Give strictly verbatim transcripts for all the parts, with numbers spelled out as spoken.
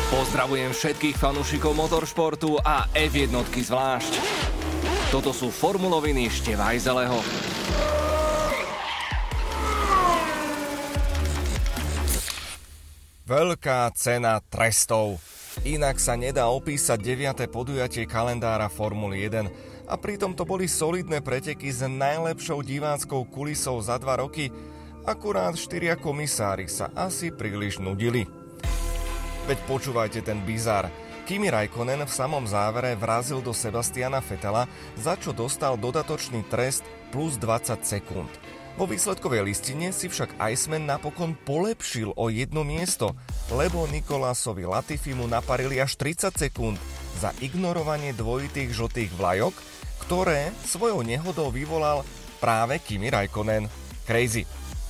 Pozdravujem všetkých fanúšikov motoršportu a ef jedna zvlášť. Toto sú formuloviny Števajzeleho. Veľká cena trestov. Inak sa nedá opísať deviate podujatie kalendára Formuly jeden. A pritom to boli solidné preteky s najlepšou diváckou kulisou za dva roky. Akurát štyria komisári sa asi príliš nudili. Veď počúvajte ten bizár. Kimi Räikkönen v samom závere vrazil do Sebastiana Vettela, za čo dostal dodatočný trest plus dvadsať sekúnd. Vo výsledkovej listine si však Iceman napokon polepšil o jedno miesto, lebo Nicolásovi Latifimu naparili až tridsať sekúnd za ignorovanie dvojitých žltých vlajok, ktoré svojou nehodou vyvolal práve Kimi Räikkönen. Crazy.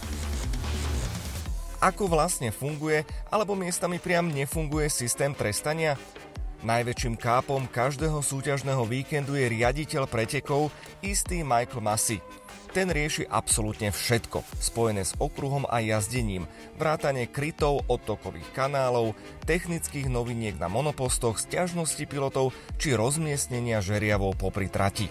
Ako vlastne funguje, alebo miestami priam nefunguje systém trestania? Najväčším kápom každého súťažného víkendu je riaditeľ pretekov, istý Michael Masi. Ten rieši absolútne všetko, spojené s okruhom a jazdením, vrátane krytov, odtokových kanálov, technických noviniek na monopostoch, sťažnosti pilotov či rozmiestnenia žeriavov popri trati.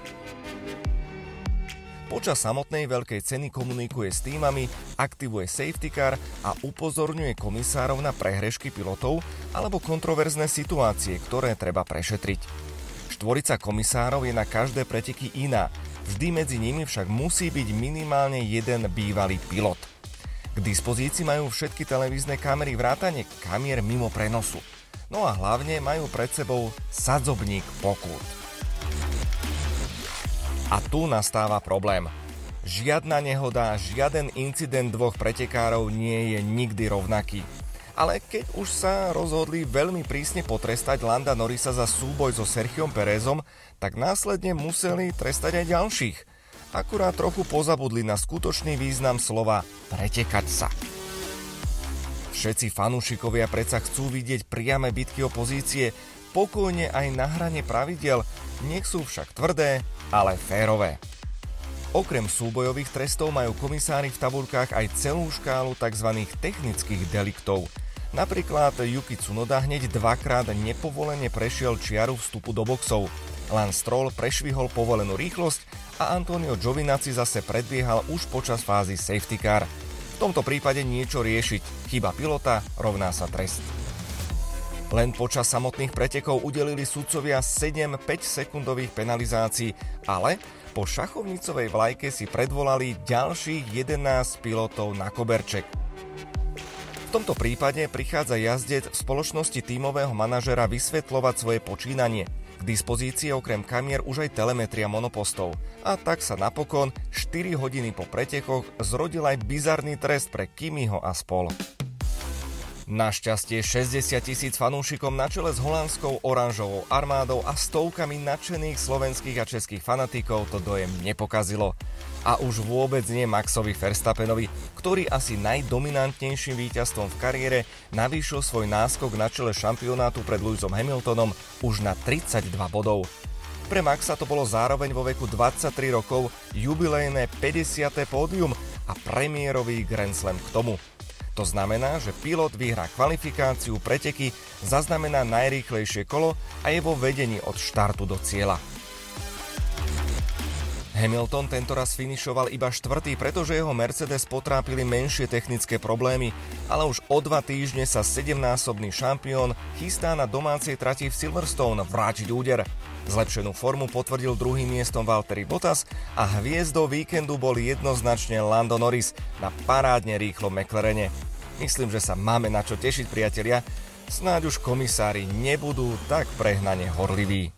Počas samotnej veľkej ceny komunikuje s tímami, aktivuje safety car a upozorňuje komisárov na prehrešky pilotov alebo kontroverzné situácie, ktoré treba prešetriť. Štvorica komisárov je na každé preteky iná, vždy medzi nimi však musí byť minimálne jeden bývalý pilot. K dispozícii majú všetky televízne kamery vrátane kamier mimo prenosu. No a hlavne majú pred sebou sadzobník pokút. A tu nastáva problém. Žiadna nehoda, žiaden incident dvoch pretekárov nie je nikdy rovnaký. Ale keď už sa rozhodli veľmi prísne potrestať Landa Norrisa za súboj so Sergiom Pérezom, tak následne museli trestať aj ďalších. Akurát trochu pozabudli na skutočný význam slova pretekať sa. Všetci fanúšikovia predsa chcú vidieť priame bitky o pozície, pokojne aj na hrane pravidiel, nech sú však tvrdé, ale férové. Okrem súbojových trestov majú komisári v tabuľkách aj celú škálu tzv. Technických deliktov. Napríklad Yuki Tsunoda hneď dvakrát nepovolene prešiel čiaru vstupu do boxov. Lance Stroll prešvihol povolenú rýchlosť a Antonio Giovinazzi zase predbiehal už počas fázy safety car. V tomto prípade niečo riešiť. Chyba pilota rovná sa trest. Len počas samotných pretekov udelili sudcovia sedem päťsekundových penalizácií, ale po šachovnicovej vlajke si predvolali ďalších jedenásť pilotov na koberček. V tomto prípade prichádza jazdec v spoločnosti tímového manažera vysvetľovať svoje počínanie. K dispozícii okrem kamier už aj telemetria monopostov. A tak sa napokon štyri hodiny po pretekoch zrodil aj bizarný trest pre Kimiho a spol. Našťastie šesťdesiat tisíc fanúšikom na čele s holandskou oranžovou armádou a stovkami nadšených slovenských a českých fanatikov to dojem nepokazilo. A už vôbec nie Maxovi Verstappenovi, ktorý asi najdominantnejším víťazstvom v kariére navýšil svoj náskok na čele šampionátu pred Lewisom Hamiltonom už na tridsaťdva bodov. Pre Maxa to bolo zároveň vo veku dvadsaťtri rokov jubilejné päťdesiate pódium a premiérový Grand Slam k tomu. To znamená, že pilot vyhrá kvalifikáciu, preteky, zaznamená najrýchlejšie kolo a je vo vedení od štartu do cieľa. Hamilton tentoraz finišoval iba štvrtý, pretože jeho Mercedes potrápili menšie technické problémy, ale už o dva týždne sa sedemnásobný šampión chystá na domácej trati v Silverstone vrátiť úder. Zlepšenú formu potvrdil druhým miestom Valtteri Bottas a hviezdou víkendu bol jednoznačne Lando Norris na parádne rýchlom McLarene. Myslím, že sa máme na čo tešiť, priatelia. Snáď už komisári nebudú tak prehnane horliví.